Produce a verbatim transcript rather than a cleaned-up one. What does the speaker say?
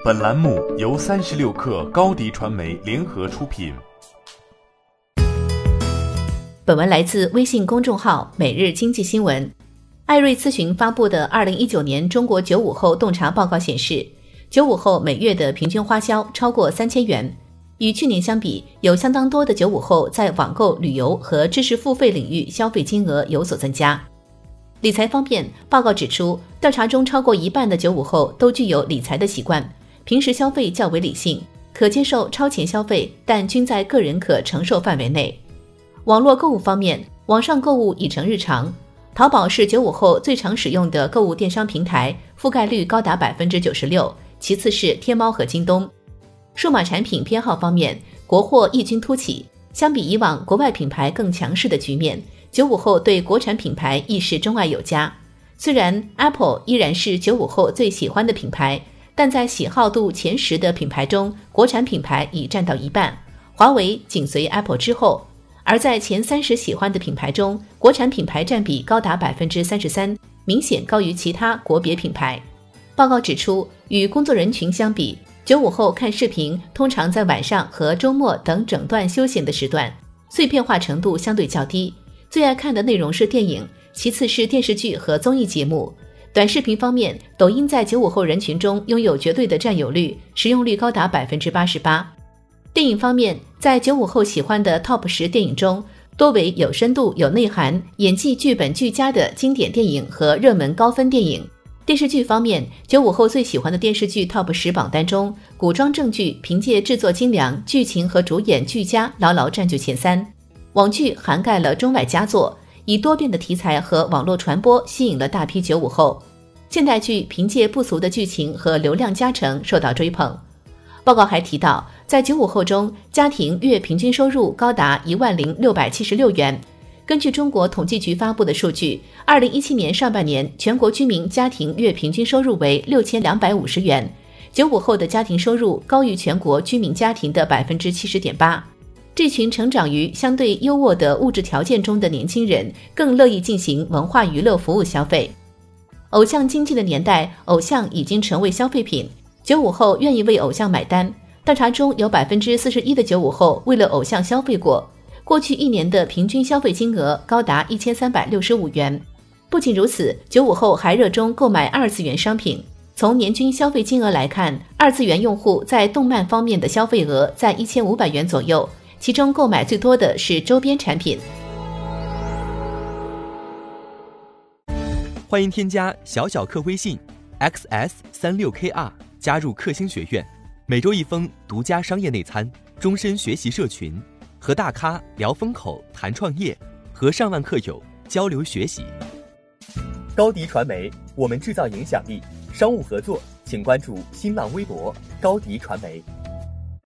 本栏目由三十六氪高迪传媒联合出品。 本文来自微信公众号每日经济新闻。艾瑞咨询发布的二零一九年中国九五后洞察报告显示，九五后每月的平均花销超过三千元。与去年相比，有相当多的九五后在网购、旅游和知识付费领域消费金额有所增加。理财方面，报告指出，调查中超过一半的九五后都具有理财的习惯，平时消费较为理性，可接受超前消费，但均在个人可承受范围内。网络购物方面，网上购物已成日常，淘宝是九五后最常使用的购物电商平台，覆盖率高达 百分之九十六， 其次是天猫和京东。数码产品偏好方面，国货异军突起，相比以往国外品牌更强势的局面，九五后对国产品牌亦是钟爱有加。虽然 Apple 依然是九五后最喜欢的品牌，但在喜好度前十的品牌中，国产品牌已占到一半，华为紧随 Apple 之后。而在前三十喜欢的品牌中，国产品牌占比高达 百分之三十三， 明显高于其他国别品牌。报告指出，与工作人群相比，九五后看视频通常在晚上和周末等整段休闲的时段，碎片化程度相对较低，最爱看的内容是电影，其次是电视剧和综艺节目。短视频方面，抖音在九五后人群中拥有绝对的占有率，使用率高达 百分之八十八。电影方面，在九五后喜欢的 Top 十电影中，多为有深度、有内涵、演技剧本俱佳的经典电影和热门高分电影。电视剧方面，九五后最喜欢的电视剧 Top 十榜单中，古装正剧凭借制作精良、剧情和主演俱佳牢牢占据前三。网剧涵盖了中外佳作，以多变的题材和网络传播吸引了大批九五后。现代剧凭借不俗的剧情和流量加成受到追捧。报告还提到，在九五后中，家庭月平均收入高达一万零六百七十六元。根据中国统计局发布的数据，二零一七年上半年全国居民家庭月平均收入为六千两百五十元，九五后的家庭收入高于全国居民家庭的 百分之七十点八。这群成长于相对优渥的物质条件中的年轻人，更乐意进行文化娱乐服务消费。偶像经济的年代，偶像已经成为消费品，九五后愿意为偶像买单。调查中有 百分之四十一 的九五后为了偶像消费过，过去一年的平均消费金额高达一千三百六十五元。不仅如此，九五后还热衷购买二次元商品。从年均消费金额来看，二次元用户在动漫方面的消费额在一千五百元左右，其中购买最多的是周边产品。 欢迎添加小小客微信 X S 三六 K R 加入克星学院，每周一封独家商业内参，终身学习社群，和大咖聊风口谈创业，和上万客友交流学习。高迪传媒，我们制造影响力。商务合作请关注新浪微博高迪传媒。